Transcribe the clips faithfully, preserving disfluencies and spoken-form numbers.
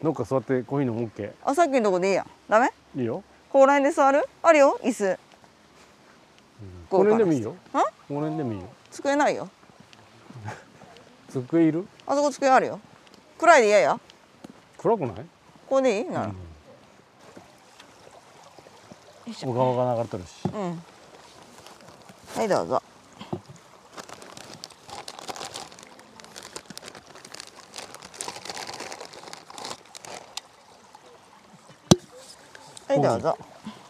どっか座ってコーヒー飲む OK。 あ、さっきのとこでいいやん。ダメ？ いいよ。 ここら辺で座る？あるよ、椅子。 この辺でもいいよ。この辺でもいいよ。 机ないよ。 机いる？ あそこ机あるよ。暗いで嫌や。 暗くない？ ここでいいなら。よいしょ。 小川が流れてるし。 うん。はい、どうぞ。はい、どうぞ。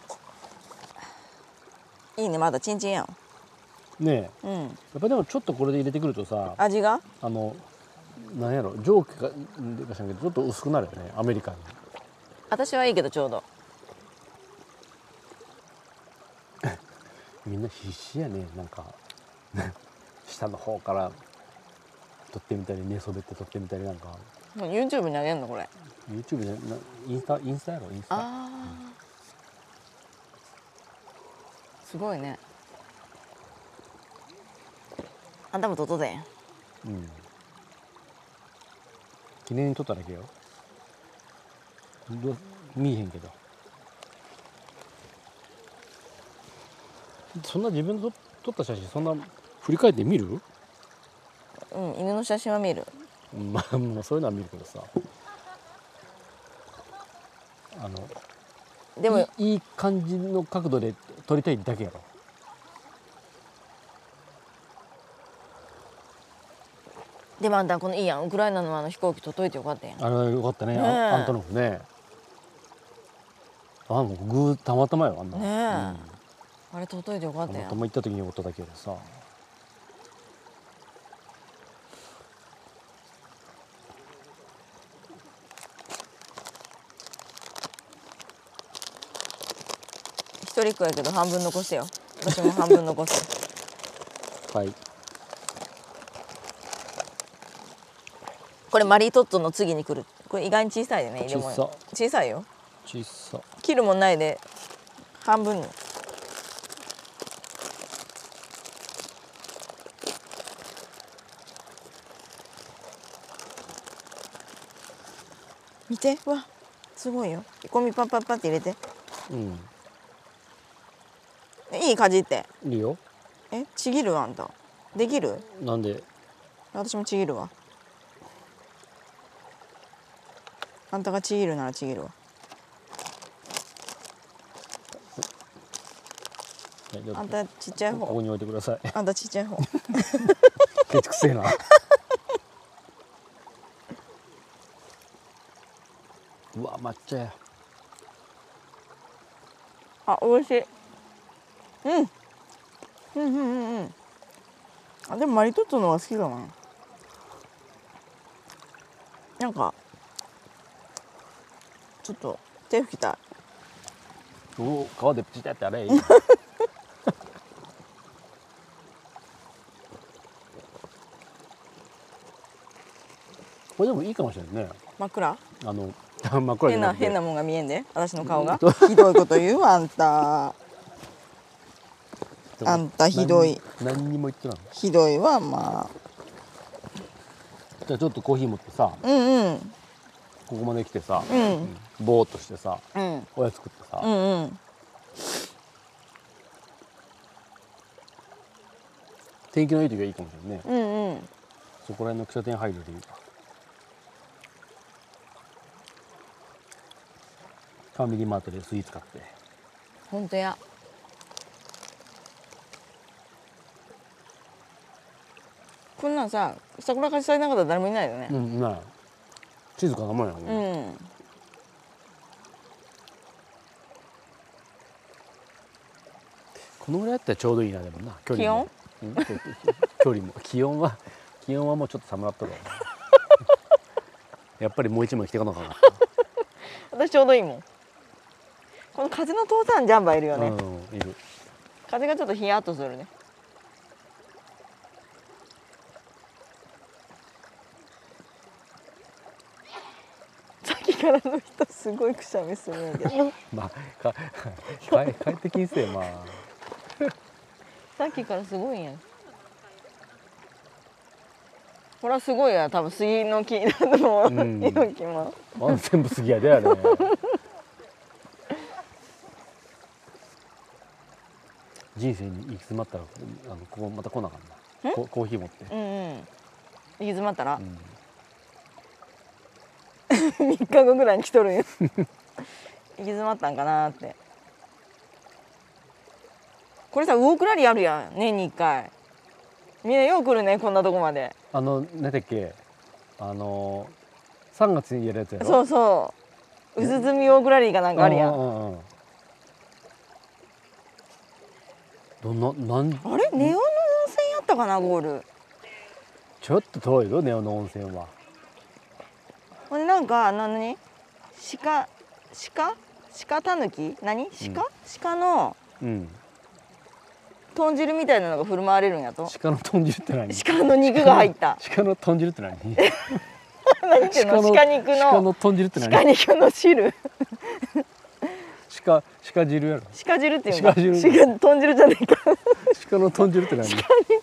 いいね、まだチンチンやん。 ねえ、 うん。 やっぱでもちょっとこれで入れてくるとさ、 味があのなんやろ、蒸気がかしらんけどちょっと薄くなるよね、アメリカンに。 私はいいけどちょうど。 みんな必死やね、なんか下の方から撮ってみたり、寝そべって撮ってみたり、なんかもう YouTube にあげるのこれ。 YouTube でなインスタインスタやろ、インスタ。 ああ、うん、すごいね。あんたも撮っとで。 うん、記念に撮っただけよ。ど見えへんけど、そんな自分で撮った写真そんな振り返って見る？ うん、犬の写真は見る。 まあ、まあそういうのは見るけどさ、あのでもいいいい感じの角度で撮りたいだけやろ。 でもあんたこのいいやん、ウクライナのあの飛行機撮っといてよかったやん。 あれはよかったね、 ねえ、 あアントノフね。あ、もうグーたまたまよ、あんな。 ねえ、 うん、 あれ撮っといてよかったやん。 たまたま行った時におっただけでさ。 一人っ子やけど半分残してよ。私も半分残す。 はい。 これマリートッツォの次に来る。これ意外に小さいよね。でも小さ小さいよ。 小さ。 切るもんないで半分に。見て、うわ、すごいよ。ゴミパッパッパって入れて。 うん。 いいかじって。 いいよ。 え、ちぎるあんた。できる？ なんで？ 私もちぎるわ。あんたがちぎるならちぎるわ。あんたちっちゃい方。 ここに置いてください。 あんたちっちゃい方。 ケチくせえな。うわ、抹茶や。 あ、美味しい。うん。うんうんうんうん。あ、でもマリトッツォの方が好きだな。なんかちょっと手拭きたい。 おお、皮でプチってやってあれ。これでもいいかもしれないね。 真っ暗？ あの真っ暗じ変なゃなくて変なもんが見えんで、私の顔が。ひどいこと言うわあんた。あんたひどい。 何、何にも言ってない。 ひどいわ、まあ。 じゃあちょっとコーヒー持ってさ、 うんうん。 ここまで来てさ、 うん、 ぼーっとしてさ、 うん、 おやつ食ってさ、 うんうん。 天気のいい時がいいかもしれないね。 うんうん。 そこら辺の喫茶店入るでいいか。ファミリーマートでスイーツ買って。 本当や。こんなんさ、桜かしされなかったら誰もいないよね。 うん、ない。静かなもんやね。 うん。 このぐらいやったらちょうどいいな、でもな。距離も。 気温？うん、距離も。気温は気温はもうちょっと寒なっとるわ。やっぱりもう一枚着てかなあかんな。 私ちょうどいいもん。この風の通さんジャンバーいるよね。 うん、いる。 風がちょっとヒヤッとするね。さっきからの人すごいくしゃみするんやけど。 まあ、か帰帰ってきんせえ、まあ。 さっきからすごいんや。 これはすごいや、多分杉の木だと思う、 うん、 ヒノキもあん全部杉やであれ人生に行き詰まったらあのここまた来なあかんな。ココーヒー持って。 うんうん。行き詰まったら、 うん、 みっかごぐらいに来とるんよ行き詰まったんかなって。これさ、ウォークラリーあるやん、年にいっかい。みんなよう来るね、こんなとこまで。 あの何だっけ、あのさんがつにやるやつやろ。 そうそう、うずずみウォークラリーかなんかあるやん。うんうんうん、 どんななんあれ、ネオの温泉やったかな、ゴール。 ちょっと遠いよ、ネオの温泉は。 ほんでなんか何鹿鹿鹿たぬき何鹿、うん、鹿の、うん、豚汁みたいなのが振る舞われるんやと。 鹿の豚汁って何？ 鹿の肉が入った鹿の豚汁って何？ 何っていうの？鹿肉の鹿の豚汁って何？ 鹿肉の汁鹿鹿汁やろ。 鹿汁っていうの？鹿汁。 豚汁じゃないか鹿の豚汁って何？ 鹿肉